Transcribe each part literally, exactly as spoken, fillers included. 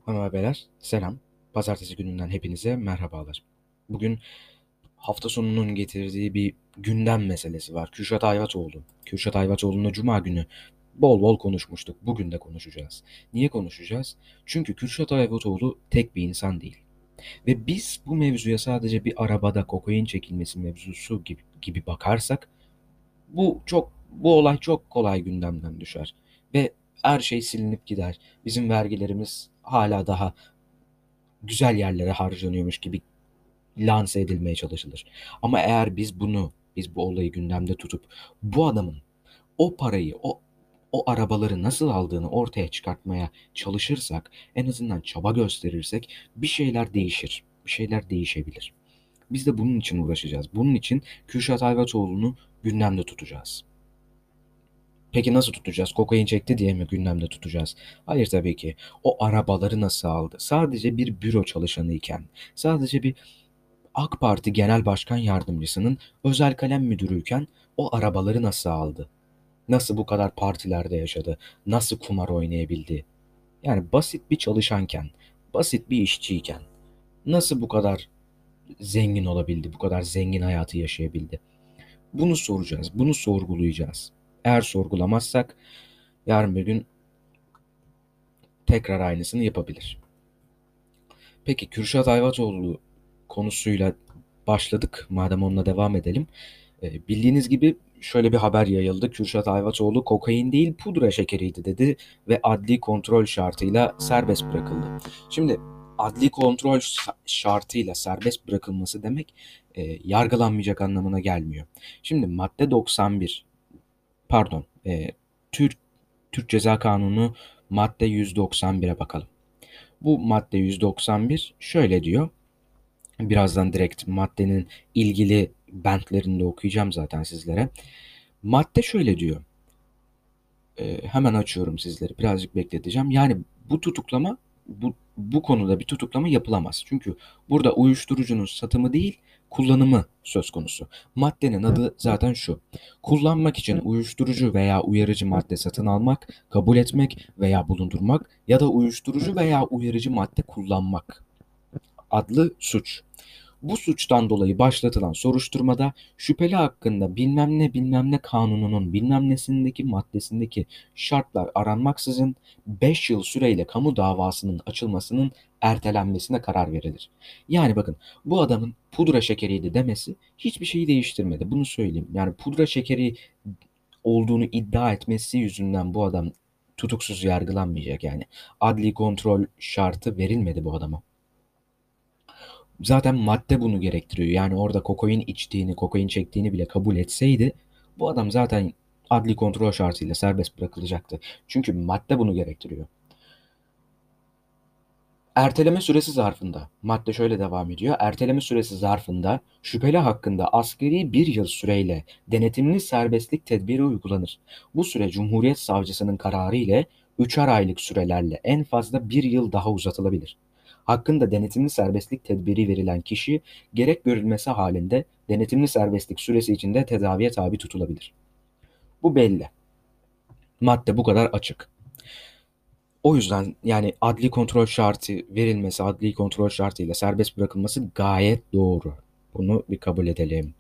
Hanımlar beyler selam. Pazartesi gününden hepinize merhabalar. Bugün hafta sonunun getirdiği bir gündem meselesi var. Kürşat Ayvatoğlu. Kürşat Ayvatoğlu'na Cuma günü bol bol konuşmuştuk. Bugün de konuşacağız. Niye konuşacağız? Çünkü Kürşat Ayvatoğlu tek bir insan değil. Ve biz bu mevzuya sadece bir arabada kokain çekilmesi mevzusu gibi, gibi bakarsak bu çok bu olay çok kolay gündemden düşer. Ve her şey silinip gider. Bizim vergilerimiz hala daha güzel yerlere harcanıyormuş gibi lanse edilmeye çalışılır. Ama eğer biz bunu, biz bu olayı gündemde tutup bu adamın o parayı, o o arabaları nasıl aldığını ortaya çıkartmaya çalışırsak, en azından çaba gösterirsek bir şeyler değişir. Bir şeyler değişebilir. Biz de bunun için uğraşacağız. Bunun için Kürşat Ayvatoğlu'nu gündemde tutacağız. Peki nasıl tutacağız? Kokain çekti diye mi gündemde tutacağız? Hayır tabii ki. O arabaları nasıl aldı? Sadece bir büro çalışanı iken, sadece bir AK Parti Genel Başkan Yardımcısının özel kalem müdürüyken o arabaları nasıl aldı? Nasıl bu kadar partilerde yaşadı? Nasıl kumar oynayabildi? Yani basit bir çalışanken, basit bir işçiyken nasıl bu kadar zengin olabildi? Bu kadar zengin hayatı yaşayabildi? Bunu soracağız, bunu sorgulayacağız. Eğer sorgulamazsak yarın bir gün tekrar aynısını yapabilir. Peki Kürşat Ayvatoğlu konusuyla başladık. Madem onunla devam edelim. E, bildiğiniz gibi şöyle bir haber yayıldı. Kürşat Ayvatoğlu kokain değil pudra şekeriydi dedi ve adli kontrol şartıyla serbest bırakıldı. Şimdi adli kontrol şartıyla serbest bırakılması demek e, yargılanmayacak anlamına gelmiyor. Şimdi madde doksan bir, pardon, e, Türk Türk Ceza Kanunu madde yüz doksan bire bakalım. Bu madde yüz doksan bir şöyle diyor. Birazdan direkt maddenin ilgili bentlerini de okuyacağım zaten sizlere. Madde şöyle diyor. Ee, hemen açıyorum sizleri. Birazcık bekleteceğim. Yani bu tutuklama bu, bu konuda bir tutuklama yapılamaz. Çünkü burada uyuşturucunun satımı değil, kullanımı söz konusu. Maddenin adı zaten şu. Kullanmak için uyuşturucu veya uyarıcı madde satın almak, kabul etmek veya bulundurmak ya da uyuşturucu veya uyarıcı madde kullanmak adlı suç. Bu suçtan dolayı başlatılan soruşturmada şüpheli hakkında bilmem ne bilmem ne kanununun bilmem nesindeki maddesindeki şartlar aranmaksızın beş yıl süreyle kamu davasının açılmasının ertelenmesine karar verilir. Yani bakın, bu adamın pudra şekeriydi demesi hiçbir şeyi değiştirmedi. Bunu söyleyeyim. Yani pudra şekeri olduğunu iddia etmesi yüzünden bu adam tutuksuz yargılanmayacak yani. Adli kontrol şartı verilmedi bu adama. Zaten madde bunu gerektiriyor. Yani orada kokain içtiğini, kokain çektiğini bile kabul etseydi bu adam zaten adli kontrol şartıyla serbest bırakılacaktı. Çünkü madde bunu gerektiriyor. Erteleme süresi zarfında, madde şöyle devam ediyor. Erteleme süresi zarfında şüpheli hakkında asgari bir yıl süreyle denetimli serbestlik tedbiri uygulanır. Bu süre Cumhuriyet Savcısının kararı ile üçer aylık sürelerle en fazla bir yıl daha uzatılabilir. Hakkında denetimli serbestlik tedbiri verilen kişi gerek görülmesi halinde denetimli serbestlik süresi içinde tedaviye tabi tutulabilir. Bu belli. Madde bu kadar açık. O yüzden yani adli kontrol şartı verilmesi, adli kontrol şartıyla serbest bırakılması gayet doğru. Bunu bir kabul edelim.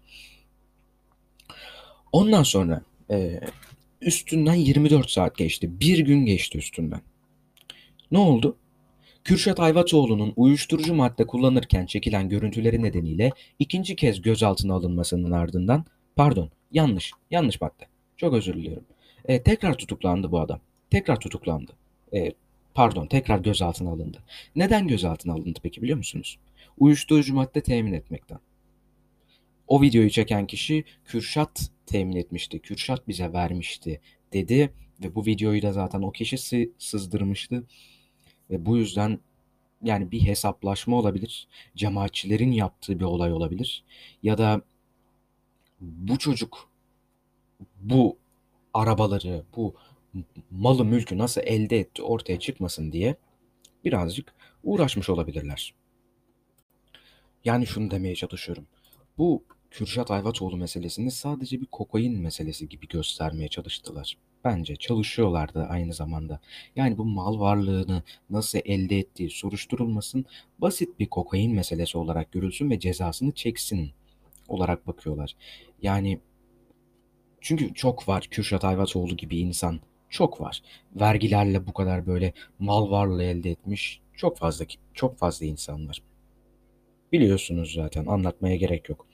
Ondan sonra e, üstünden yirmi dört saat geçti. Bir gün geçti üstünden. Ne oldu? Kürşat Ayvatoğlu'nun uyuşturucu madde kullanırken çekilen görüntüleri nedeniyle ikinci kez gözaltına alınmasının ardından, pardon, yanlış, yanlış madde. Çok özür diliyorum. E, tekrar tutuklandı bu adam. Tekrar tutuklandı. E, pardon, tekrar gözaltına alındı. Neden gözaltına alındı peki biliyor musunuz? Uyuşturucu madde temin etmekten. O videoyu çeken kişi Kürşat temin etmişti, Kürşat bize vermişti dedi ve bu videoyu da zaten o kişi sızdırmıştı ve bu yüzden yani bir hesaplaşma olabilir. Cemaatçilerin yaptığı bir olay olabilir. Ya da bu çocuk bu arabaları, bu malı mülkü nasıl elde etti ortaya çıkmasın diye birazcık uğraşmış olabilirler. Yani şunu demeye çalışıyorum. Bu Kürşat Ayvatoğlu meselesini sadece bir kokain meselesi gibi göstermeye çalıştılar. Bence çalışıyorlardı aynı zamanda. Yani bu mal varlığını nasıl elde ettiği soruşturulmasın, basit bir kokain meselesi olarak görülsün ve cezasını çeksin olarak bakıyorlar. Yani çünkü çok var Kürşat Ayvatoğlu gibi insan. Çok var. Vergilerle bu kadar böyle mal varlığı elde etmiş çok fazla çok fazla insan var. Biliyorsunuz zaten anlatmaya gerek yok.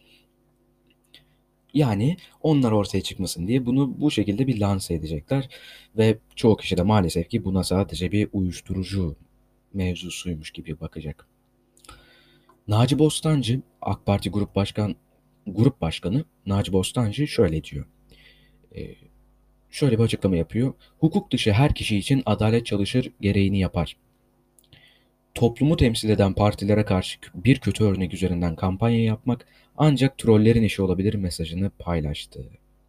Yani onlar ortaya çıkmasın diye bunu bu şekilde bir lanse edecekler ve çoğu kişi de maalesef ki buna sadece bir uyuşturucu mevzusuymuş gibi bakacak. Naci Bostancı, AK Parti Grup Başkan Grup Başkanı Naci Bostancı şöyle diyor. Ee, Şöyle bir açıklama yapıyor. Hukuk dışı her kişi için adalet çalışır, gereğini yapar. Toplumu temsil eden partilere karşı bir kötü örnek üzerinden kampanya yapmak ancak trollerin işi olabilir mesajını paylaştı.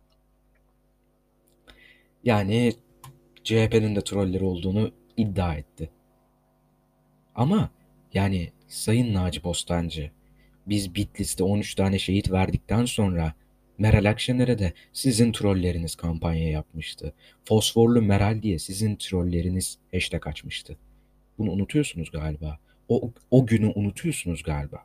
Yani C H P'nin de trolleri olduğunu iddia etti. Ama yani Sayın Naci Bostancı, biz Bitlis'te on üç tane şehit verdikten sonra Meral Akşener'e de sizin trolleriniz kampanya yapmıştı. Fosforlu Meral diye sizin trolleriniz hashtag açmıştı. Bunu unutuyorsunuz galiba. O, o günü unutuyorsunuz galiba.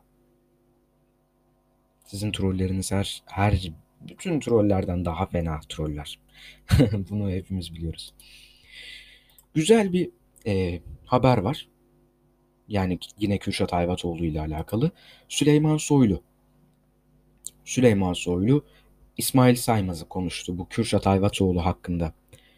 Sizin trolleriniz her, her bütün trollerden daha fena troller. Bunu hepimiz biliyoruz. Güzel bir e, haber var. Yani yine Kürşat Ayvatoğlu ile alakalı. Süleyman Soylu. Süleyman Soylu İsmail Saymaz'ı konuştu bu Kürşat Ayvatoğlu hakkında.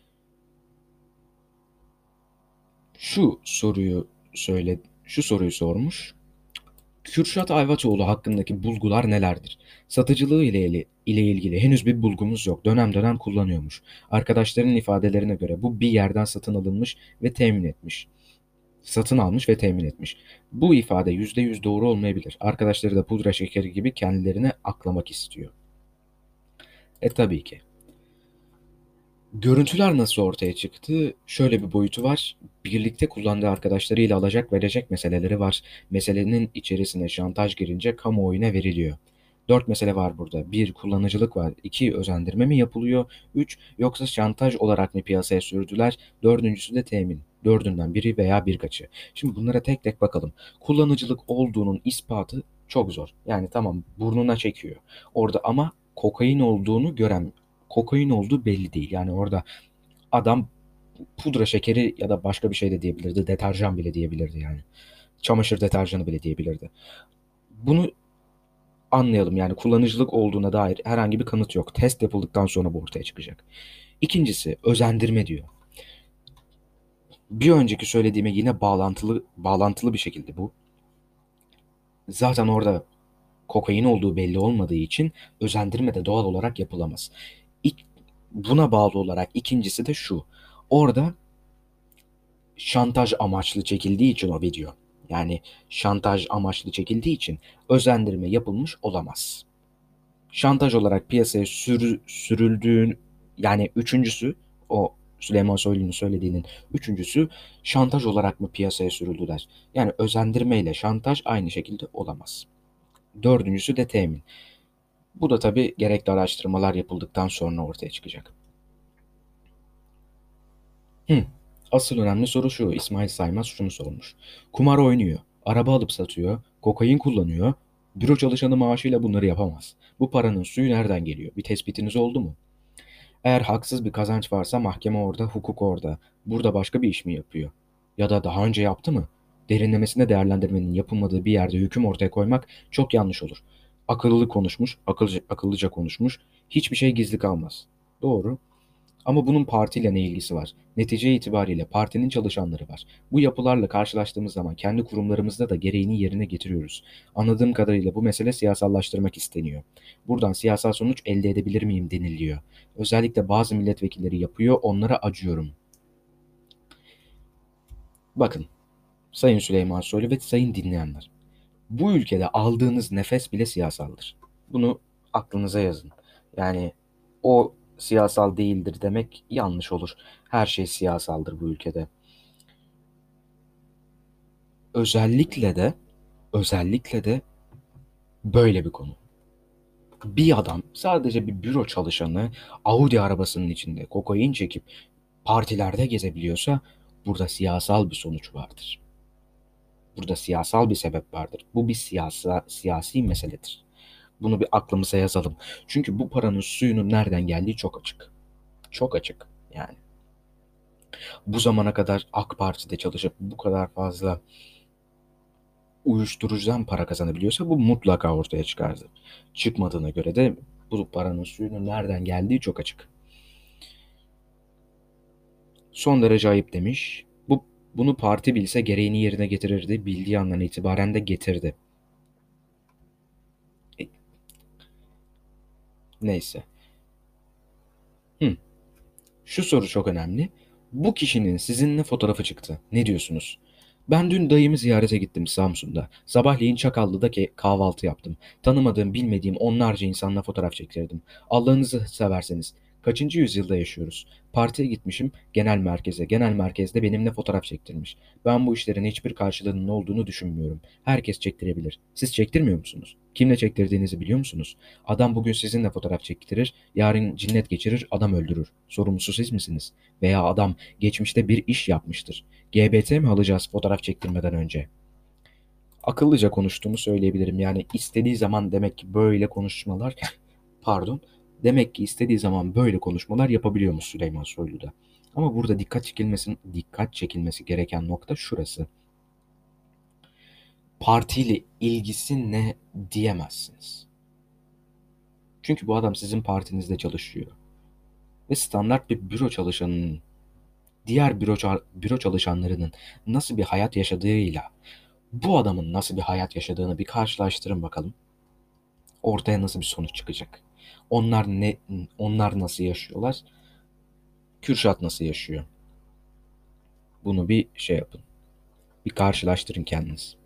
Şu soruyu söyle, şu soruyu sormuş. Kürşat Ayvatoğlu hakkındaki bulgular nelerdir? Satıcılığı ile, ile ilgili henüz bir bulgumuz yok. Dönem dönem kullanıyormuş. Arkadaşlarının ifadelerine göre bu bir yerden satın alınmış ve temin etmiş. Satın almış ve temin etmiş. Bu ifade yüzde yüz doğru olmayabilir. Arkadaşları da pudra şekeri gibi kendilerine aklamak istiyor. E tabii ki. Görüntüler nasıl ortaya çıktı? Şöyle bir boyutu var. Birlikte kullandığı arkadaşlarıyla alacak verecek meseleleri var. Meselenin içerisine şantaj girince kamuoyuna veriliyor. Dört mesele var burada. Bir, kullanıcılık var. İki, özendirme mi yapılıyor? Üç, yoksa şantaj olarak mı piyasaya sürdüler? Dördüncüsü de temin. Dördünden biri veya birkaçı. Şimdi bunlara tek tek bakalım. Kullanıcılık olduğunun ispatı çok zor. Yani tamam burnuna çekiyor. Orada ama kokain olduğunu gören kokain olduğu belli değil. Yani orada adam pudra şekeri ya da başka bir şey de diyebilirdi. Deterjan bile diyebilirdi yani. Çamaşır deterjanı bile diyebilirdi. Bunu anlayalım yani kullanıcılık olduğuna dair herhangi bir kanıt yok. Test yapıldıktan sonra bu ortaya çıkacak. İkincisi özendirme diyor. Bir önceki söylediğime yine bağlantılı bağlantılı bir şekilde bu. Zaten orada kokain olduğu belli olmadığı için özendirme de doğal olarak yapılamaz. İlk, buna bağlı olarak ikincisi de şu. Orada şantaj amaçlı çekildiği için o video. Yani şantaj amaçlı çekildiği için özendirme yapılmış olamaz. Şantaj olarak piyasaya sür, sürüldüğün yani üçüncüsü o Süleyman Soylu'nun söylediğinin üçüncüsü şantaj olarak mı piyasaya sürüldüler? Yani özendirme ile şantaj aynı şekilde olamaz. Dördüncüsü de temin. Bu da tabii gerekli araştırmalar yapıldıktan sonra ortaya çıkacak. Hı. Asıl önemli soru şu. İsmail Saymaz şunu sormuş. Kumar oynuyor, araba alıp satıyor, kokain kullanıyor. Büro çalışanı maaşıyla bunları yapamaz. Bu paranın suyu nereden geliyor? Bir tespitiniz oldu mu? Eğer haksız bir kazanç varsa mahkeme orada, hukuk orada. Burada başka bir iş mi yapıyor? Ya da daha önce yaptı mı? Derinlemesine değerlendirmenin yapılmadığı bir yerde hüküm ortaya koymak çok yanlış olur. Akıllı konuşmuş, akıllıca, akıllıca konuşmuş. Hiçbir şey gizli kalmaz. Doğru. Ama bunun partiyle ne ilgisi var? Netice itibariyle partinin çalışanları var. Bu yapılarla karşılaştığımız zaman kendi kurumlarımızda da gereğini yerine getiriyoruz. Anladığım kadarıyla bu mesele siyasallaştırmak isteniyor. Buradan siyasal sonuç elde edebilir miyim deniliyor. Özellikle bazı milletvekilleri yapıyor, onlara acıyorum. Bakın, Sayın Süleyman Soylu ve sayın dinleyenler. Bu ülkede aldığınız nefes bile siyasaldır. Bunu aklınıza yazın. Yani o siyasal değildir demek yanlış olur. Her şey siyasaldır bu ülkede. Özellikle de özellikle de böyle bir konu. Bir adam, sadece bir büro çalışanı Audi arabasının içinde kokain çekip partilerde gezebiliyorsa burada siyasal bir sonuç vardır. Burada siyasal bir sebep vardır. Bu bir siyasa, siyasi meseledir. Bunu bir aklımıza yazalım. Çünkü bu paranın suyunun nereden geldiği çok açık. Çok açık yani. Bu zamana kadar AK Parti'de çalışıp bu kadar fazla uyuşturucudan para kazanabiliyorsa bu mutlaka ortaya çıkardı. Çıkmadığına göre de bu paranın suyunun nereden geldiği çok açık. Son derece ayıp demiş. Bu bunu parti bilse gereğini yerine getirirdi. Bildiği andan itibaren de getirdi. E, neyse. Hı. Şu soru çok önemli. Bu kişinin sizinle fotoğrafı çıktı. Ne diyorsunuz? Ben dün dayımı ziyarete gittim Samsun'da. Sabahleyin Çakallı'da ke- kahvaltı yaptım. Tanımadığım, bilmediğim onlarca insanla fotoğraf çektirdim. Allah'ınızı severseniz. Kaçıncı yüzyılda yaşıyoruz? Partiye gitmişim genel merkeze. Genel merkezde benimle fotoğraf çektirmiş. Ben bu işlerin hiçbir karşılığının olduğunu düşünmüyorum. Herkes çektirebilir. Siz çektirmiyor musunuz? Kimle çektirdiğinizi biliyor musunuz? Adam bugün sizinle fotoğraf çektirir, yarın cinnet geçirir, adam öldürür. Sorumlusu siz misiniz? Veya adam geçmişte bir iş yapmıştır. G B T mi alacağız fotoğraf çektirmeden önce? Akıllıca konuştuğumu söyleyebilirim. Yani istediği zaman demek ki böyle konuşmalar, pardon, demek ki istediği zaman böyle konuşmalar yapabiliyormuş Süleyman Soylu da. Ama burada dikkat çekilmesi, dikkat çekilmesi gereken nokta şurası. Partiyle ilgisi ne diyemezsiniz. Çünkü bu adam sizin partinizde çalışıyor. Ve standart bir büro çalışanının diğer büro, büro çalışanlarının nasıl bir hayat yaşadığıyla bu adamın nasıl bir hayat yaşadığını bir karşılaştırın bakalım. Ortaya nasıl bir sonuç çıkacak? Onlar ne onlar nasıl yaşıyorlar? Kürşat nasıl yaşıyor? Bunu bir şey yapın. Bir karşılaştırın kendiniz.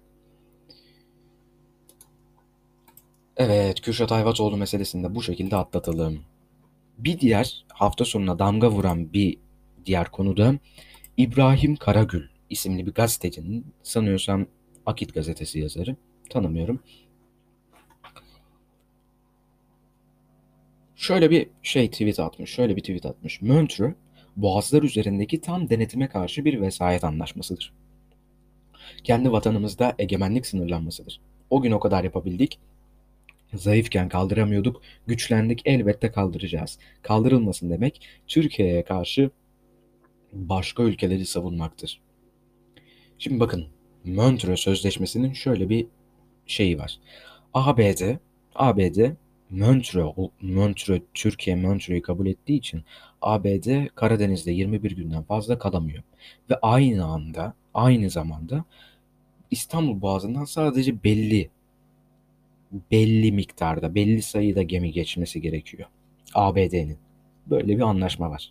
Evet, Kürşat Ayvatoğlu meselesini de bu şekilde atlatalım. Bir diğer hafta sonuna damga vuran bir diğer konu da İbrahim Karagül isimli bir gazetecinin, sanıyorsam Akit gazetesi yazarı, tanımıyorum. Şöyle bir şey tweet atmış, şöyle bir tweet atmış. Montreux, Boğazlar üzerindeki tam denetime karşı bir vesayet anlaşmasıdır. Kendi vatanımızda egemenlik sınırlanmasıdır. O gün o kadar yapabildik, zayıfken kaldıramıyorduk, güçlendik, elbette kaldıracağız. Kaldırılmasın demek, Türkiye'ye karşı başka ülkeleri savunmaktır. Şimdi bakın, Montreux Sözleşmesi'nin şöyle bir şeyi var. A B D, A B D Montreux, Montreux, Türkiye Montreux'u kabul ettiği için A B D Karadeniz'de yirmi bir günden fazla kalamıyor. Ve aynı anda, aynı zamanda İstanbul Boğazı'ndan sadece belli, belli miktarda, belli sayıda gemi geçmesi gerekiyor. A B D'nin. Böyle bir anlaşma var.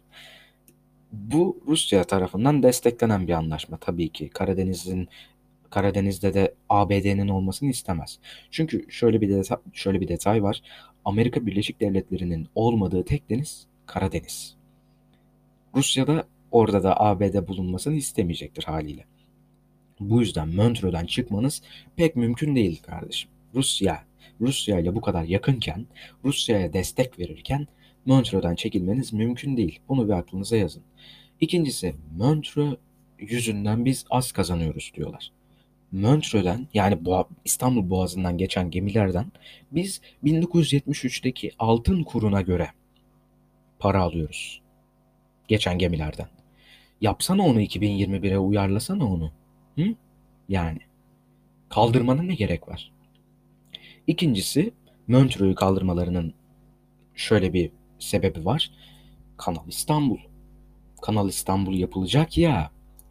Bu Rusya tarafından desteklenen bir anlaşma tabii ki. Karadeniz'in Karadeniz'de de A B D'nin olmasını istemez. Çünkü şöyle bir detay, şöyle bir detay var. Amerika Birleşik Devletleri'nin olmadığı tek deniz Karadeniz. Rusya da orada da A B D bulunmasını istemeyecektir haliyle. Bu yüzden Montreux'den çıkmanız pek mümkün değil kardeşim. Rusya, Rusya ile bu kadar yakınken, Rusya'ya destek verirken Montreux'den çekilmeniz mümkün değil. Bunu bir aklınıza yazın. İkincisi, Montreux yüzünden biz az kazanıyoruz diyorlar. Montreux'den, yani Boğa- İstanbul Boğazı'ndan geçen gemilerden biz bin dokuz yüz yetmiş üçteki altın kuruna göre para alıyoruz. Geçen gemilerden. Yapsana onu, iki bin yirmi bire uyarlasana onu. Hı? Yani kaldırmana ne gerek var? İkincisi, Montreux'u kaldırmalarının şöyle bir sebebi var. Kanal İstanbul. Kanal İstanbul yapılacak ya.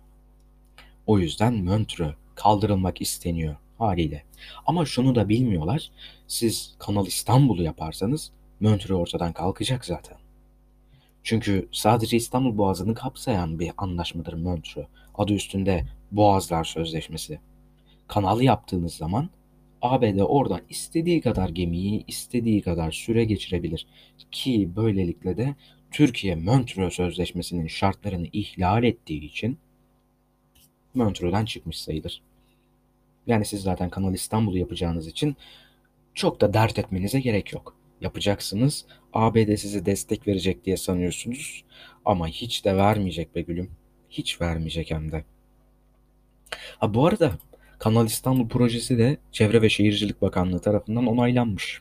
O yüzden Montreux kaldırılmak isteniyor haliyle. Ama şunu da bilmiyorlar. Siz Kanal İstanbul'u yaparsanız Montreux ortadan kalkacak zaten. Çünkü sadece İstanbul Boğazı'nı kapsayan bir anlaşmadır Montreux. Adı üstünde Boğazlar Sözleşmesi. Kanalı yaptığınız zaman A B D oradan istediği kadar gemiyi, istediği kadar süre geçirebilir. Ki böylelikle de Türkiye Montreux Sözleşmesi'nin şartlarını ihlal ettiği için Montreux'den çıkmış sayılır. Yani siz zaten Kanal İstanbul'u yapacağınız için çok da dert etmenize gerek yok. yapacaksınız. A B D size destek verecek diye sanıyorsunuz. Ama hiç de vermeyecek be gülüm. Hiç vermeyecek hem de. Ha bu arada Kanal İstanbul projesi de Çevre ve Şehircilik Bakanlığı tarafından onaylanmış.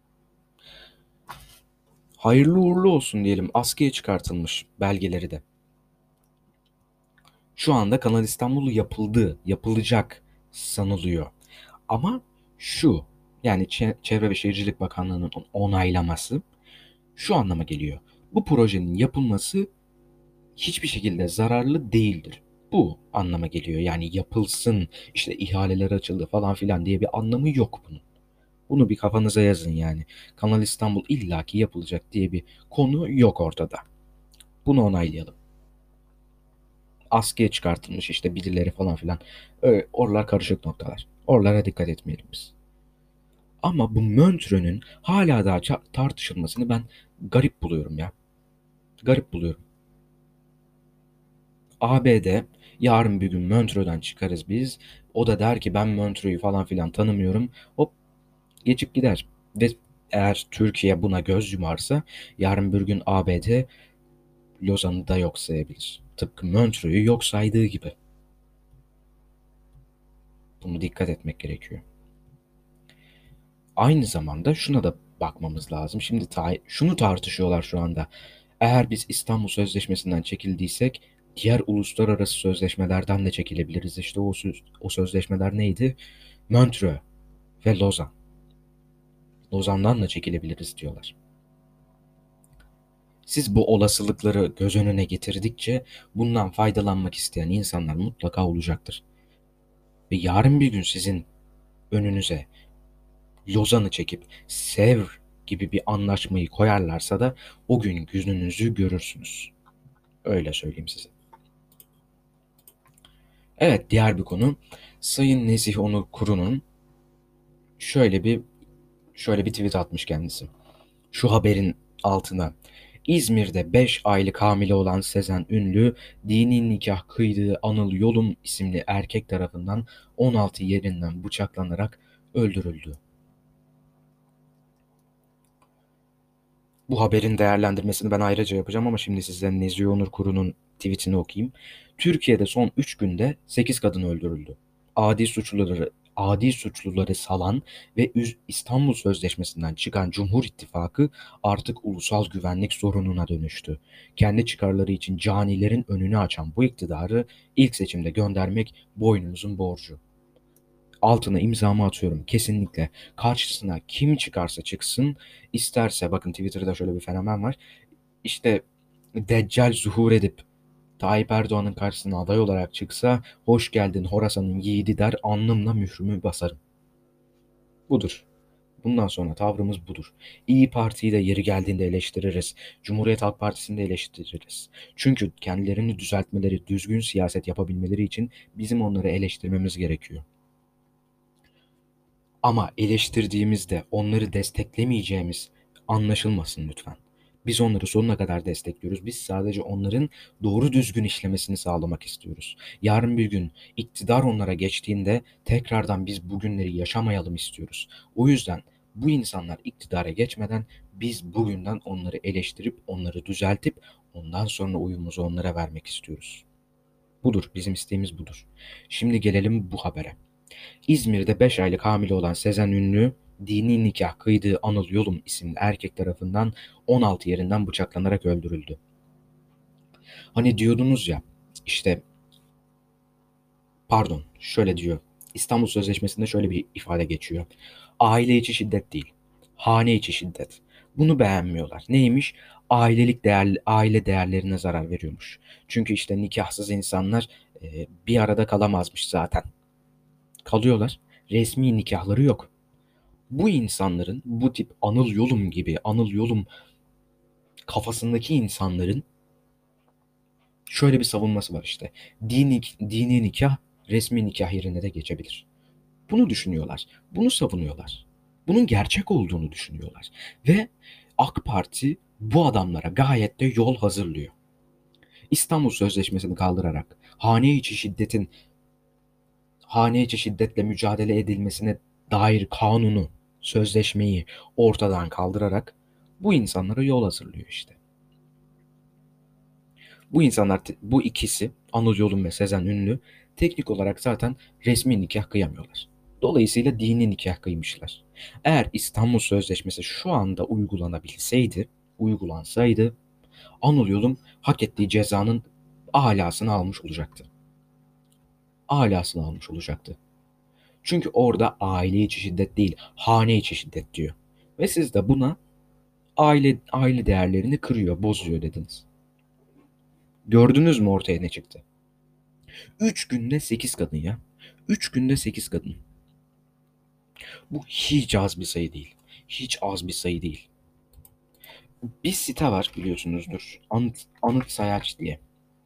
Hayırlı uğurlu olsun diyelim. Askıya çıkartılmış belgeleri de. Şu anda Kanal İstanbul yapıldı, yapılacak sanılıyor. Ama şu, yani Çevre ve Şehircilik Bakanlığı'nın onaylaması şu anlama geliyor. Bu projenin yapılması hiçbir şekilde zararlı değildir. Bu anlama geliyor. Yani yapılsın, işte ihaleler açıldı falan filan diye bir anlamı yok bunun. Bunu bir kafanıza yazın yani. Kanal İstanbul illaki yapılacak diye bir konu yok ortada. Bunu onaylayalım. Askıya çıkartılmış işte birileri falan filan. Öyle, oralar karışık noktalar. Oralara dikkat etmeyelim biz. Ama bu Montreux'ün hala daha tartışılmasını ben garip buluyorum ya. Garip buluyorum. A B D yarın bir gün Montreux'den çıkarız biz. O da der ki ben Montreux'u falan filan tanımıyorum. Hop geçip gider. Ve eğer Türkiye buna göz yumarsa yarın bir gün A B D Lozan'ı da yok sayabilir. Tıpkı Montreux'u yok saydığı gibi. Bunu dikkat etmek gerekiyor. Aynı zamanda şuna da bakmamız lazım. Şimdi ta- şunu tartışıyorlar şu anda. Eğer biz İstanbul Sözleşmesi'nden çekildiysek diğer uluslararası sözleşmelerden de çekilebiliriz. İşte o, söz- o sözleşmeler neydi? Montreux ve Lozan. Lozan'dan da çekilebiliriz diyorlar. Siz bu olasılıkları göz önüne getirdikçe bundan faydalanmak isteyen insanlar mutlaka olacaktır. Ve yarın bir gün sizin önünüze Lozan'ı çekip Sevr gibi bir anlaşmayı koyarlarsa da o gün gününüzü görürsünüz. Öyle söyleyeyim size. Evet, diğer bir konu. Sayın Nezih Onur Kuru'nun şöyle bir şöyle bir tweet atmış kendisi. Şu haberin altına: İzmir'de beş aylık hamile olan Sezen Ünlü, dini nikah kıydığı Anıl Yolum isimli erkek tarafından on altı yerinden bıçaklanarak öldürüldü. Bu haberin değerlendirmesini ben ayrıca yapacağım ama şimdi size Nezih Onur Kuru'nun tweetini okuyayım. Türkiye'de son üç günde sekiz kadın öldürüldü. Adi suçluları adi suçluları salan ve İstanbul Sözleşmesi'nden çıkan Cumhur İttifakı artık ulusal güvenlik sorununa dönüştü. Kendi çıkarları için canilerin önünü açan bu iktidarı ilk seçimde göndermek boynumuzun borcu. Altına imzamı atıyorum. Kesinlikle karşısına kim çıkarsa çıksın, isterse bakın Twitter'da şöyle bir fenomen var. İşte Deccal zuhur edip Tayyip Erdoğan'ın karşısına aday olarak çıksa hoş geldin Horasan'ın yiğidi der, alnımla mührümü basarım. Budur. Bundan sonra tavrımız budur. İyi Parti'yi de yeri geldiğinde eleştiririz. Cumhuriyet Halk Partisi'ni de eleştiririz. Çünkü kendilerini düzeltmeleri, düzgün siyaset yapabilmeleri için bizim onları eleştirmemiz gerekiyor. Ama eleştirdiğimizde onları desteklemeyeceğimiz anlaşılmasın lütfen. Biz onları sonuna kadar destekliyoruz. Biz sadece onların doğru düzgün işlemesini sağlamak istiyoruz. Yarın bir gün iktidar onlara geçtiğinde tekrardan biz bugünleri yaşamayalım istiyoruz. O yüzden bu insanlar iktidara geçmeden biz bugünden onları eleştirip onları düzeltip ondan sonra oyumuzu onlara vermek istiyoruz. Budur, bizim isteğimiz budur. Şimdi gelelim bu habere. İzmir'de beş aylık hamile olan Sezen Ünlü, dini nikah kıydığı Anıl Yolum isimli erkek tarafından on altı yerinden bıçaklanarak öldürüldü. Hani diyordunuz ya, işte pardon şöyle diyor. İstanbul Sözleşmesi'nde şöyle bir ifade geçiyor. Aile içi şiddet değil, hane içi şiddet. Bunu beğenmiyorlar. Neymiş? Ailelik değer, aile değerlerine zarar veriyormuş. Çünkü işte nikahsız insanlar e, bir arada kalamazmış zaten. Kalıyorlar. Resmi nikahları yok. Bu insanların, bu tip Anıl Yolum gibi, Anıl Yolum kafasındaki insanların şöyle bir savunması var işte. Dini, dini nikah resmi nikah yerine de geçebilir. Bunu düşünüyorlar. Bunu savunuyorlar. Bunun gerçek olduğunu düşünüyorlar. Ve AK Parti bu adamlara gayet de yol hazırlıyor. İstanbul Sözleşmesi'ni kaldırarak hane içi şiddetin hane içi şiddetle mücadele edilmesine dair kanunu sözleşmeyi ortadan kaldırarak bu insanlara yol hazırlıyor işte. Bu insanlar, bu ikisi Anıl Yolun ve Sezen Ünlü teknik olarak zaten resmi nikah kıyamıyorlar. Dolayısıyla dini nikah kıymışlar. Eğer İstanbul Sözleşmesi şu anda uygulanabilseydi, uygulansaydı Anıl Yolum hak ettiği cezanın alasını almış olacaktı. Alasını almış olacaktı. Çünkü orada aile içi şiddet değil, hane içi şiddet diyor. Ve siz de buna aile aile değerlerini kırıyor, bozuyor dediniz. Gördünüz mü ortaya ne çıktı? Üç günde sekiz kadın ya. Üç günde sekiz kadın. Bu hiç az bir sayı değil. Hiç az bir sayı değil. Bir site var biliyorsunuzdur. Anıt, Anıt Sayaç diye.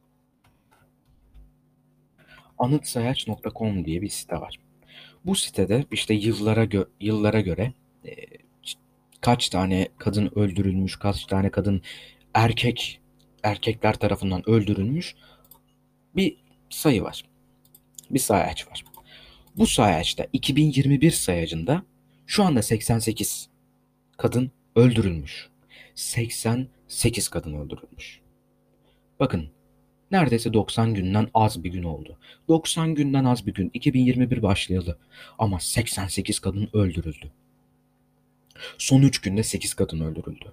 anıtsayaç nokta com diye bir site var. Bu sitede işte yıllara gö- yıllara göre e, kaç tane kadın öldürülmüş, kaç tane kadın erkek erkekler tarafından öldürülmüş bir sayı var. Bir sayaç var. Bu sayaçta iki bin yirmi bir sayacında şu anda seksen sekiz kadın öldürülmüş. seksen sekiz kadın öldürülmüş. Bakın neredeyse doksan günden az bir gün oldu. doksan günden az bir gün. iki bin yirmi bir başlayalı. Ama seksen sekiz kadın öldürüldü. Son üç günde sekiz kadın öldürüldü.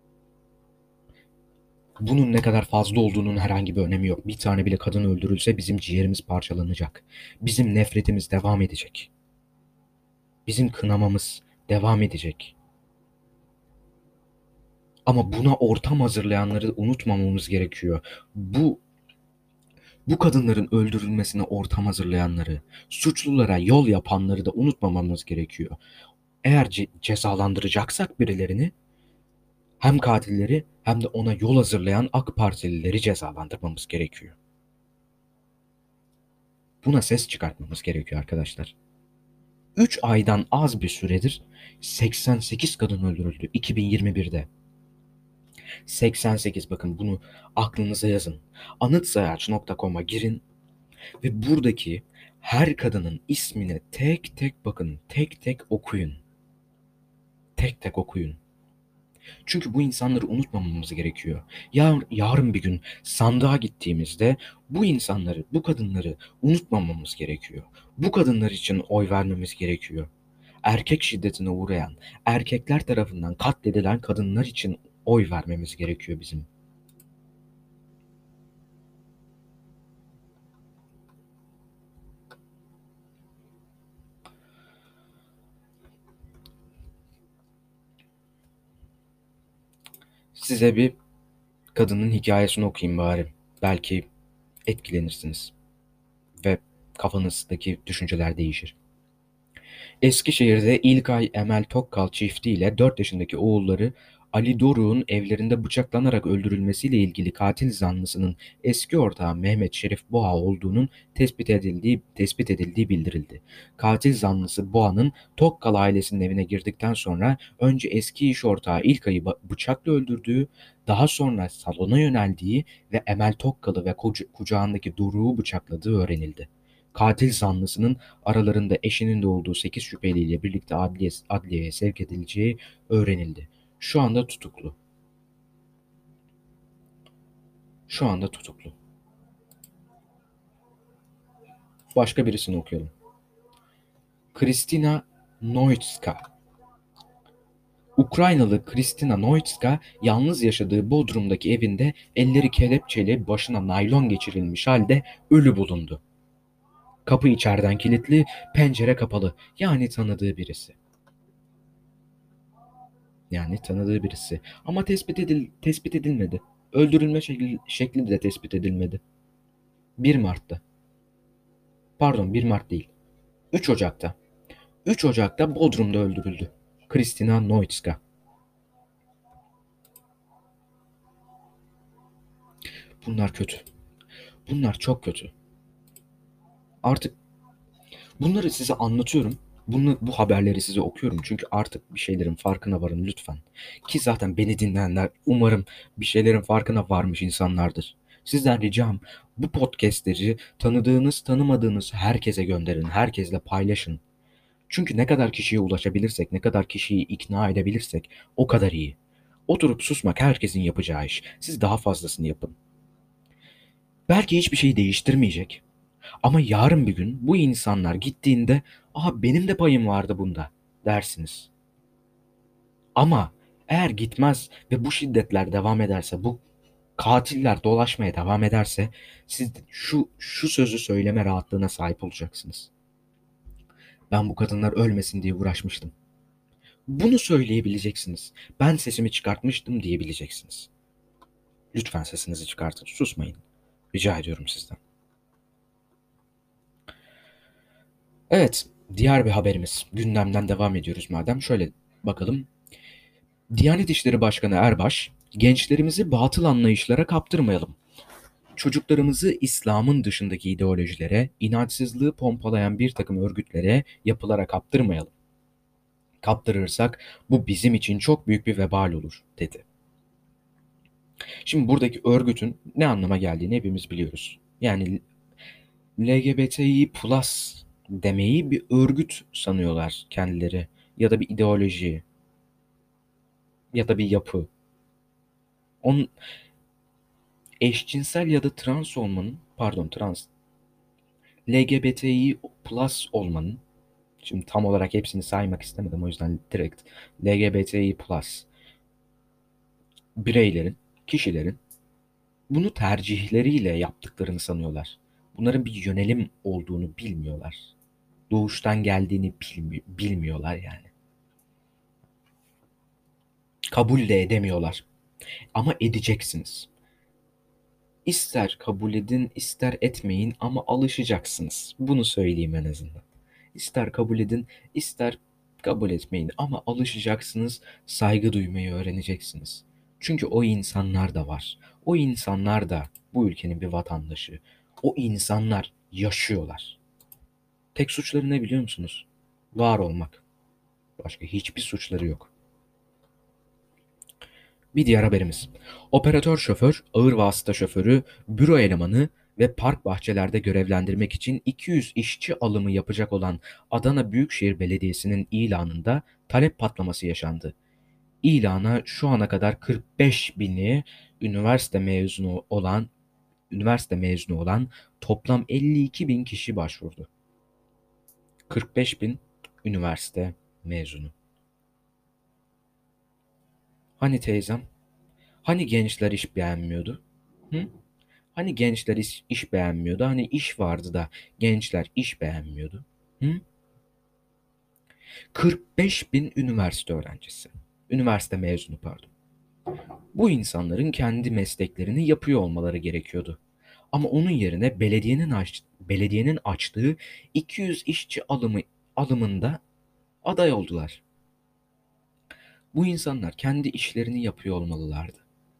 Bunun ne kadar fazla olduğunun herhangi bir önemi yok. Bir tane bile kadın öldürülse bizim ciğerimiz parçalanacak. Bizim nefretimiz devam edecek. Bizim kınamamız devam edecek. Ama buna ortam hazırlayanları unutmamamız gerekiyor. Bu bu kadınların öldürülmesine ortam hazırlayanları, suçlulara yol yapanları da unutmamamız gerekiyor. Eğer ce- cezalandıracaksak birilerini, hem katilleri hem de ona yol hazırlayan AK Partilileri cezalandırmamız gerekiyor. Buna ses çıkartmamız gerekiyor arkadaşlar. üç aydan az bir süredir seksen sekiz kadın öldürüldü iki bin yirmi birde. seksen sekiz, bakın bunu aklınıza yazın. anıtsayaç nokta com'a girin ve buradaki her kadının ismine tek tek bakın, tek tek okuyun. Tek tek okuyun. Çünkü bu insanları unutmamamız gerekiyor. Yar, yarın bir gün sandığa gittiğimizde bu insanları, bu kadınları unutmamamız gerekiyor. Bu kadınlar için oy vermemiz gerekiyor. Erkek şiddetine uğrayan, erkekler tarafından katledilen kadınlar için oy vermemiz gerekiyor bizim. Size bir kadının hikayesini okuyayım bari. Belki etkilenirsiniz ve kafanızdaki düşünceler değişir. Eskişehir'de İlkay Emel Tokkal çiftiyle dört yaşındaki oğulları Ali Doruk'un evlerinde bıçaklanarak öldürülmesiyle ilgili katil zanlısının eski ortağı Mehmet Şerif Boğa olduğunun tespit edildiği tespit edildiği bildirildi. Katil zanlısı Boğa'nın Tokkal ailesinin evine girdikten sonra önce eski iş ortağı İlkay'ı bıçakla öldürdüğü, daha sonra salona yöneldiği ve Emel Tokkal'ı ve kuca- kucağındaki Doruk'u bıçakladığı öğrenildi. Katil zanlısının aralarında eşinin de olduğu sekiz şüpheliyle birlikte adliye, adliyeye sevk edileceği öğrenildi. Şu anda tutuklu. Şu anda tutuklu. Başka birisini okuyalım. Kristina Noitska. Ukraynalı Kristina Noitska yalnız yaşadığı Bodrum'daki evinde elleri kelepçeli, başına naylon geçirilmiş halde ölü bulundu. Kapı içeriden kilitli, pencere kapalı. Yani tanıdığı birisi. Yani tanıdığı birisi. Ama tespit edil tespit edilmedi. Öldürülme şekli, şekli de tespit edilmedi. bir Mart'ta. Pardon, bir Mart değil. üç Ocak'ta. üç Ocak'ta Bodrum'da öldürüldü. Kristina Noitska. Bunlar kötü. Bunlar çok kötü. Artık bunları size anlatıyorum. Bunu, bu haberleri size okuyorum. Çünkü artık bir şeylerin farkına varın lütfen. Ki zaten beni dinleyenler umarım bir şeylerin farkına varmış insanlardır. Sizden ricam bu podcastleri tanıdığınız, tanımadığınız herkese gönderin. Herkesle paylaşın. Çünkü ne kadar kişiye ulaşabilirsek, ne kadar kişiyi ikna edebilirsek o kadar iyi. Oturup susmak herkesin yapacağı iş. Siz daha fazlasını yapın. Belki hiçbir şey değiştirmeyecek. Ama yarın bir gün bu insanlar gittiğinde, "Aha benim de payım vardı bunda." dersiniz. Ama eğer gitmez ve bu şiddetler devam ederse, bu katiller dolaşmaya devam ederse siz şu şu sözü söyleme rahatlığına sahip olacaksınız: "Ben bu kadınlar ölmesin diye uğraşmıştım." Bunu söyleyebileceksiniz. "Ben sesimi çıkartmıştım." diyebileceksiniz. Lütfen sesinizi çıkartın. Susmayın. Rica ediyorum sizden. Evet, diğer bir haberimiz. Gündemden devam ediyoruz madem. Şöyle bakalım. Diyanet İşleri Başkanı Erbaş, "Gençlerimizi batıl anlayışlara kaptırmayalım. Çocuklarımızı İslam'ın dışındaki ideolojilere, inançsızlığı pompalayan bir takım örgütlere, yapılara kaptırmayalım. Kaptırırsak bu bizim için çok büyük bir vebal olur." dedi. Şimdi buradaki örgütün ne anlama geldiğini hepimiz biliyoruz. Yani L G B T İ plus demeyi bir örgüt sanıyorlar kendileri, ya da bir ideoloji, ya da bir yapı. Onun eşcinsel ya da trans olmanın, pardon trans, L G B T İ plus olmanın, şimdi tam olarak hepsini saymak istemedim o yüzden direkt L G B T İ plus bireylerin, kişilerin bunu tercihleriyle yaptıklarını sanıyorlar. Bunların bir yönelim olduğunu bilmiyorlar. Doğuştan geldiğini bilmi- bilmiyorlar yani. Kabul de edemiyorlar. Ama edeceksiniz. İster kabul edin, ister etmeyin ama alışacaksınız. Bunu söyleyeyim en azından. İster kabul edin, ister kabul etmeyin ama alışacaksınız, saygı duymayı öğreneceksiniz. Çünkü o insanlar da var. O insanlar da bu ülkenin bir vatandaşı. O insanlar yaşıyorlar. Tek suçları ne biliyor musunuz? Var olmak. Başka hiçbir suçları yok. Bir diğer haberimiz. Operatör şoför, ağır vasıta şoförü, büro elemanı ve park bahçelerde görevlendirmek için iki yüz işçi alımı yapacak olan Adana Büyükşehir Belediyesi'nin ilanında talep patlaması yaşandı. İlana şu ana kadar kırk beş bini üniversite mezunu olan üniversite mezunu olan toplam elli iki bin kişi başvurdu. kırk beş bin üniversite mezunu. Hani teyzem? Hani gençler iş beğenmiyordu? Hı? Hani gençler iş, iş beğenmiyordu? Hani iş vardı da gençler iş beğenmiyordu? Hı? kırk beş bin üniversite öğrencisi. Üniversite mezunu pardon. Bu insanların kendi mesleklerini yapıyor olmaları gerekiyordu. Ama onun yerine belediyenin aç, belediyenin açtığı iki yüz işçi alımı alımında aday oldular. Bu insanlar kendi işlerini yapıyor olmalılardı.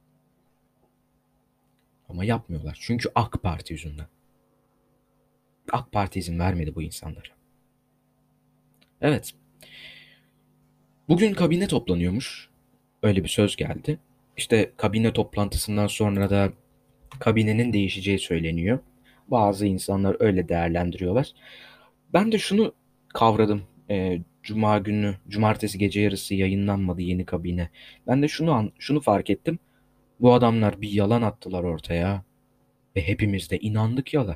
Ama yapmıyorlar. Çünkü AK Parti yüzünden. AK Parti izin vermedi bu insanlara. Evet. Bugün kabine toplanıyormuş. Öyle bir söz geldi. İşte kabine toplantısından sonra da kabinenin değişeceği söyleniyor. Bazı insanlar öyle değerlendiriyorlar. Ben de şunu kavradım. Ee, Cuma günü, cumartesi gece yarısı yayınlanmadı yeni kabine. Ben de şunu an, şunu fark ettim. Bu adamlar bir yalan attılar ortaya ve hepimiz de inandık yala.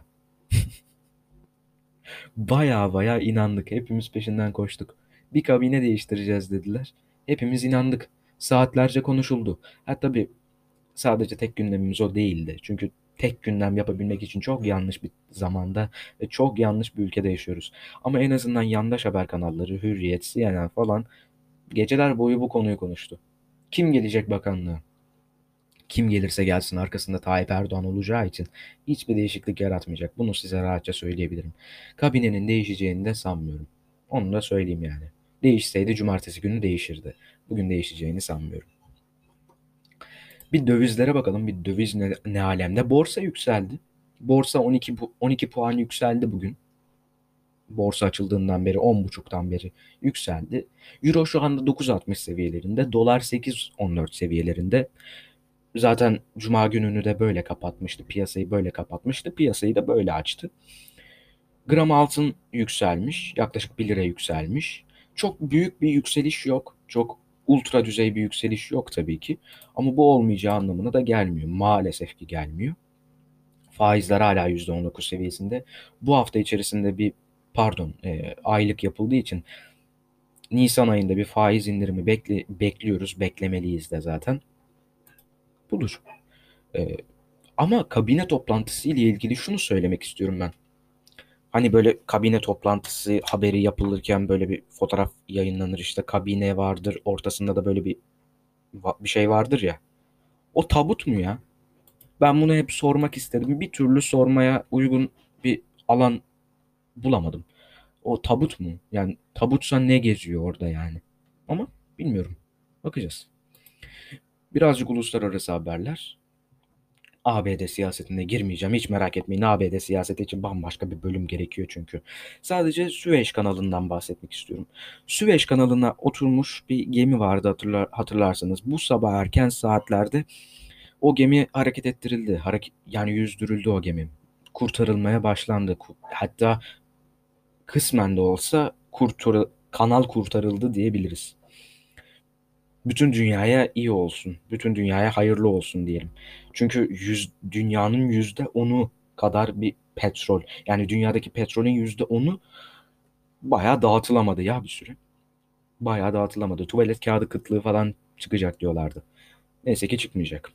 Baya baya inandık. Hepimiz peşinden koştuk. Bir kabine değiştireceğiz dediler. Hepimiz inandık. Saatlerce konuşuldu. Ha tabii sadece tek gündemimiz o değildi. Çünkü tek gündem yapabilmek için çok yanlış bir zamanda ve çok yanlış bir ülkede yaşıyoruz. Ama en azından yandaş haber kanalları, Hürriyet, C N N falan geceler boyu bu konuyu konuştu. Kim gelecek bakanlığa? Kim gelirse gelsin arkasında Tayyip Erdoğan olacağı için hiçbir değişiklik yaratmayacak. Bunu size rahatça söyleyebilirim. Kabinenin değişeceğini de sanmıyorum. Onu da söyleyeyim yani. Değişseydi cumartesi günü değişirdi. Bugün değişeceğini sanmıyorum. Bir dövizlere bakalım. Bir döviz ne, ne alemde? Borsa yükseldi. Borsa on iki pu- on iki puan yükseldi bugün. Borsa açıldığından beri on buçuktan beri yükseldi. Euro şu anda dokuz altmış seviyelerinde. Dolar sekiz on dört seviyelerinde. Zaten Cuma gününü de böyle kapatmıştı. Piyasayı böyle kapatmıştı. Piyasayı da böyle açtı. Gram altın yükselmiş. Yaklaşık bir lira yükselmiş. Çok büyük bir yükseliş yok. Çok ultra düzey bir yükseliş yok tabii ki. Ama bu olmayacağı anlamına da gelmiyor. Maalesef ki gelmiyor. Faizler hala yüzde on dokuz seviyesinde. Bu hafta içerisinde bir pardon e, aylık yapıldığı için Nisan ayında bir faiz indirimi bekli, bekliyoruz. Beklemeliyiz de zaten. Budur. E, Ama kabine toplantısı ile ilgili şunu söylemek istiyorum ben. Hani böyle kabine toplantısı haberi yapılırken böyle bir fotoğraf yayınlanır, işte kabine vardır, ortasında da böyle bir bir şey vardır ya. O tabut mu ya? Ben bunu hep sormak istedim. Bir türlü sormaya uygun bir alan bulamadım. O tabut mu? Yani tabutsa ne geziyor orada yani? Ama bilmiyorum. Bakacağız. Birazcık uluslararası haberler. A B D siyasetine girmeyeceğim. Hiç merak etmeyin. A B D siyaseti için bambaşka bir bölüm gerekiyor çünkü. Sadece Süveyş kanalından bahsetmek istiyorum. Süveyş kanalına oturmuş bir gemi vardı, hatırlar, hatırlarsanız. Bu sabah erken saatlerde o gemi hareket ettirildi. Hareket, yani yüzdürüldü o gemi. Kurtarılmaya başlandı. Hatta kısmen de olsa kurtar kanal kurtarıldı diyebiliriz. Bütün dünyaya iyi olsun. Bütün dünyaya hayırlı olsun diyelim. Çünkü yüz, dünyanın yüzde onu kadar bir petrol. Yani dünyadaki petrolün yüzde onu bayağı dağıtılamadı ya bir süre. Bayağı dağıtılamadı. Tuvalet kağıdı kıtlığı falan çıkacak diyorlardı. Neyse ki çıkmayacak.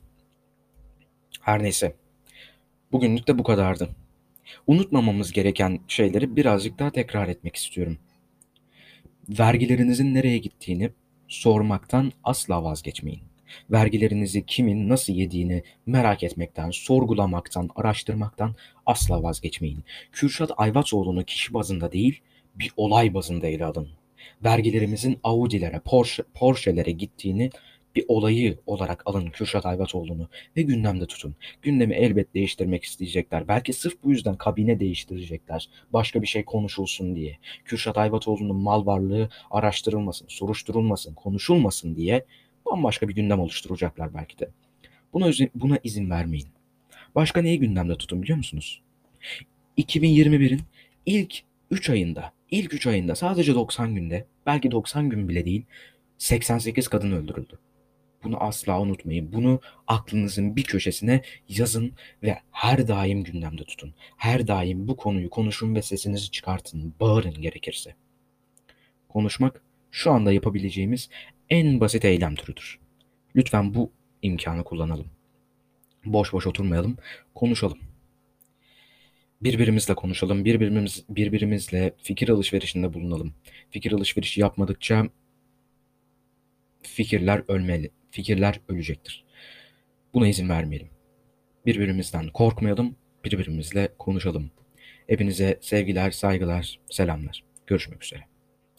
Her neyse. Bugünlük de bu kadardı. Unutmamamız gereken şeyleri birazcık daha tekrar etmek istiyorum. Vergilerinizin nereye gittiğini sormaktan asla vazgeçmeyin. Vergilerinizi kimin nasıl yediğini merak etmekten, sorgulamaktan, araştırmaktan asla vazgeçmeyin. Kürşat Ayvaçoğlu'nu kişi bazında değil, bir olay bazında ele alın. Vergilerimizin Audi'lere, Porsche, Porsche'lere gittiğini bir olayı olarak alın Kürşat Ayvaçoğlu'nu ve gündemde tutun. Gündemi elbet değiştirmek isteyecekler. Belki sırf bu yüzden kabine değiştirecekler. Başka bir şey konuşulsun diye. Kürşat Ayvaçoğlu'nun mal varlığı araştırılmasın, soruşturulmasın, konuşulmasın diye bambaşka bir gündem oluşturacaklar belki de. Buna, buna izin vermeyin. Başka neyi gündemde tutun biliyor musunuz? iki bin yirmi birin ilk üç ayında, ilk üç ayında sadece doksan günde, belki doksan gün bile değil, seksen sekiz kadın öldürüldü. Bunu asla unutmayın. Bunu aklınızın bir köşesine yazın ve her daim gündemde tutun. Her daim bu konuyu konuşun ve sesinizi çıkartın, bağırın gerekirse. Konuşmak şu anda yapabileceğimiz en basit eylem türüdür. Lütfen bu imkanı kullanalım. Boş boş oturmayalım, konuşalım. Birbirimizle konuşalım, birbirimiz, birbirimizle fikir alışverişinde bulunalım. Fikir alışverişi yapmadıkça fikirler ölmeli, fikirler ölecektir. Buna izin vermeyelim. Birbirimizden korkmayalım, birbirimizle konuşalım. Hepinize sevgiler, saygılar, selamlar. Görüşmek üzere.